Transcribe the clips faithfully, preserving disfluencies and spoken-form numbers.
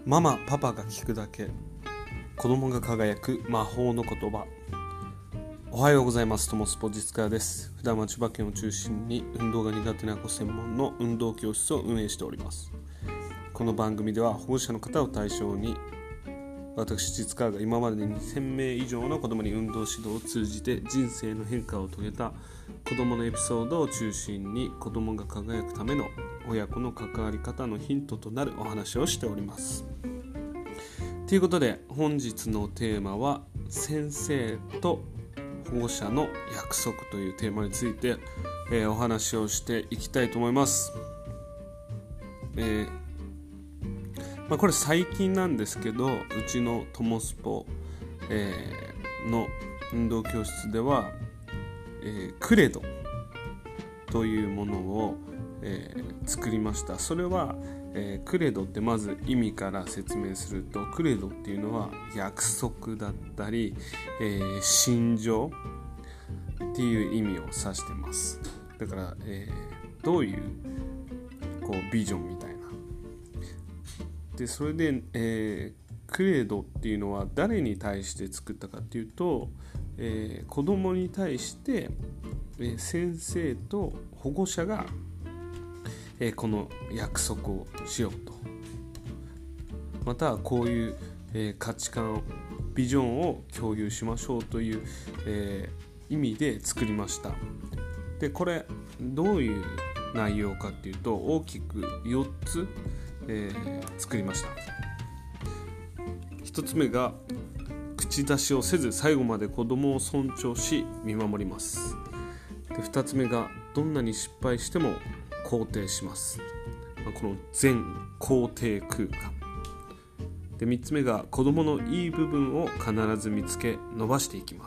ママパパが聞くだけ、子供が輝く魔法の言葉。おはようございます。トモスポジツカです。普段は千葉県を中心に運動が苦手な子専門の運動教室を運営しております。この番組では保護者の方を対象に、私実川が今までににせんめい以上の子供に運動指導を通じて人生の変化を遂げた子供のエピソードを中心に、子供が輝くための親子の関わり方のヒントとなるお話をしております。ということで、本日のテーマは先生と保護者の約束というテーマについて、えー、お話をしていきたいと思います。えーまあ、これ最近なんですけど、うちのトモスポ、えー、の運動教室では、えー、クレドというものを、えー、作りました。それは、えー、クレドってまず意味から説明すると、クレドっていうのは約束だったり、えー、信条っていう意味を指してます。だから、えー、どういう、こうビジョンみたいなで、それで、えー、クレドっていうのは誰に対して作ったかっていうと、えー、子供に対して、えー、先生と保護者が、えー、この約束をしようと、またこういう、えー、価値観ビジョンを共有しましょうという、えー、意味で作りました。で、これどういう内容かっていうと、大きくよっつえー、作りました。一つ目が、口出しをせず最後まで子供を尊重し見守ります。で、二つ目が、どんなに失敗しても肯定します。この全肯定空間で、三つ目が、子供のいい部分を必ず見つけ伸ばしていきます。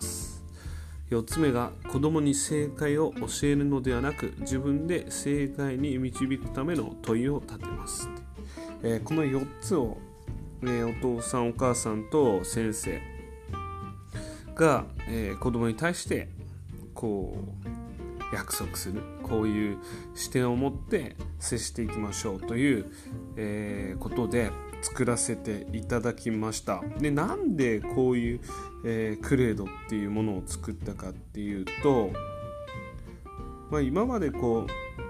四つ目が、子供に正解を教えるのではなく、自分で正解に導くための問いを立てます。えー、このよっつを、えー、お父さんお母さんと先生が、えー、子供に対してこう約束する、こういう視点を持って接していきましょうという、えー、ことで作らせていただきました。で、なんでこういう、えー、クレードっていうものを作ったかっていうと、まあ、今までこう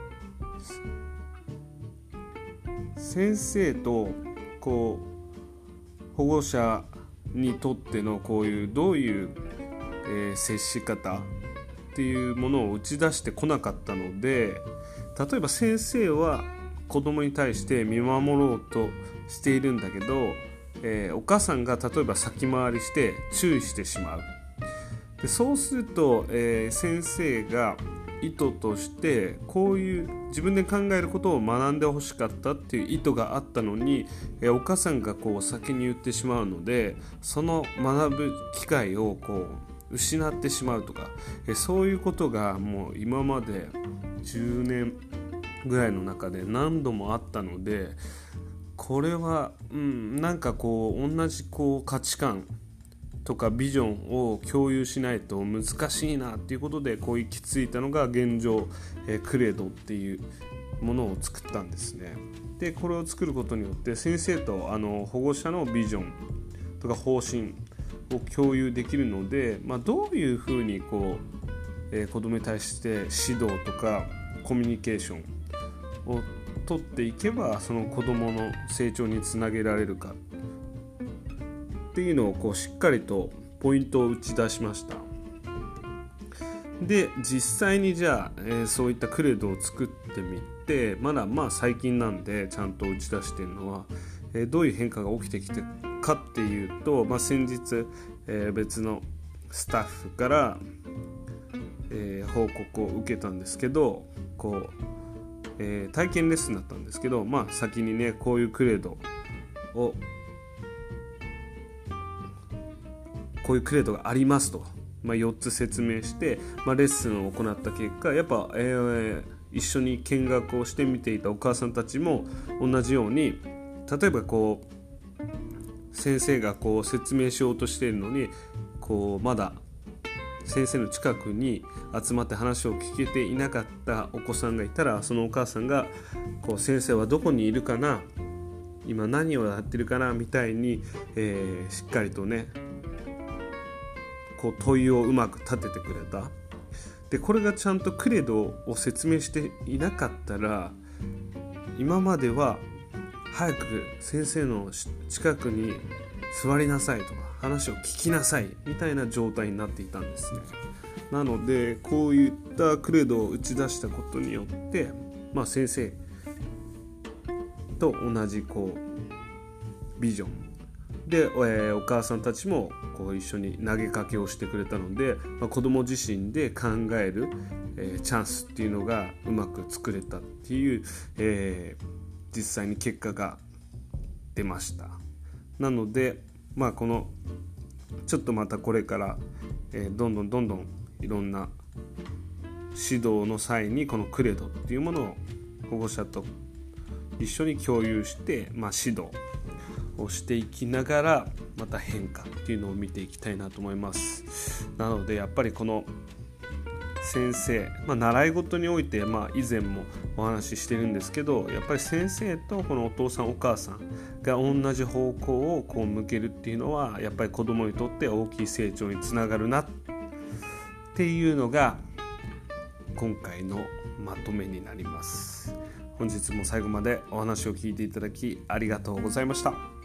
先生とこう保護者にとってのこういうどういう、えー、接し方っていうものを打ち出してこなかったので、例えば先生は子供に対して見守ろうとしているんだけど、えー、お母さんが例えば先回りして注意してしまう。で、そうすると、えー、先生が意図としてこういう自分で考えることを学んでほしかったっていう意図があったのに、えお母さんがこう先に言ってしまうので、その学ぶ機会をこう失ってしまうとか、えそういうことがもう今までじゅうねんぐらいの中で何度もあったので、これは、うん、なんかこう同じこう価値観とかビジョンを共有しないと難しいなっていうことで、こう行き着いたのが現状、えー、クレドっていうものを作ったんですね。で、これを作ることによって先生とあの保護者のビジョンとか方針を共有できるので、まあ、どういうふうにこう、えー、子供に対して指導とかコミュニケーションを取っていけば、その子供の成長につなげられるかっていうのをこうしっかりとポイントを打ち出しました。で、実際にじゃあ、えー、そういったクレドを作ってみて、まだまあ最近なんでちゃんと打ち出しているのは、えー、どういう変化が起きてきてかっていうと、まあ、先日、えー、別のスタッフから、えー、報告を受けたんですけど、こう、えー、体験レッスンだったんですけど、まあ、先にねこういうクレドをこういうクレードがありますと、まあ、よっつ説明して、まあ、レッスンを行った結果、やっぱ、えー、一緒に見学をしてみていたお母さんたちも同じように、例えばこう先生がこう説明しようとしているのに、こうまだ先生の近くに集まって話を聞けていなかったお子さんがいたら、そのお母さんがこう先生はどこにいるかな、 今何をやってるかなみたいに、えー、しっかりとねこう問いをうまく立ててくれた。でこれがちゃんとクレドを説明していなかったら、今までは早く先生の近くに座りなさいとか話を聞きなさいみたいな状態になっていたんですね。なのでこういったクレドを打ち出したことによって、まあ、先生と同じこうビジョンで、えー、お母さんたちもこう一緒に投げかけをしてくれたので、まあ、子供自身で考える、えー、チャンスっていうのがうまく作れたっていう、えー、実際に結果が出ました。なので、まあ、このちょっとまたこれから、えー、どんどんどんどんいろんな指導の際にこのクレドっていうものを保護者と一緒に共有して、まあ、指導をしていきながらまた変化っていうのを見ていきたいなと思います。なのでやっぱりこの先生、まあ、習い事において、まあ、以前もお話ししてるんですけど、やっぱり先生とこのお父さんお母さんが同じ方向をこう向けるっていうのはやっぱり子供にとって大きい成長につながるなっていうのが今回のまとめになります。本日も最後までお話を聞いていただきありがとうございました。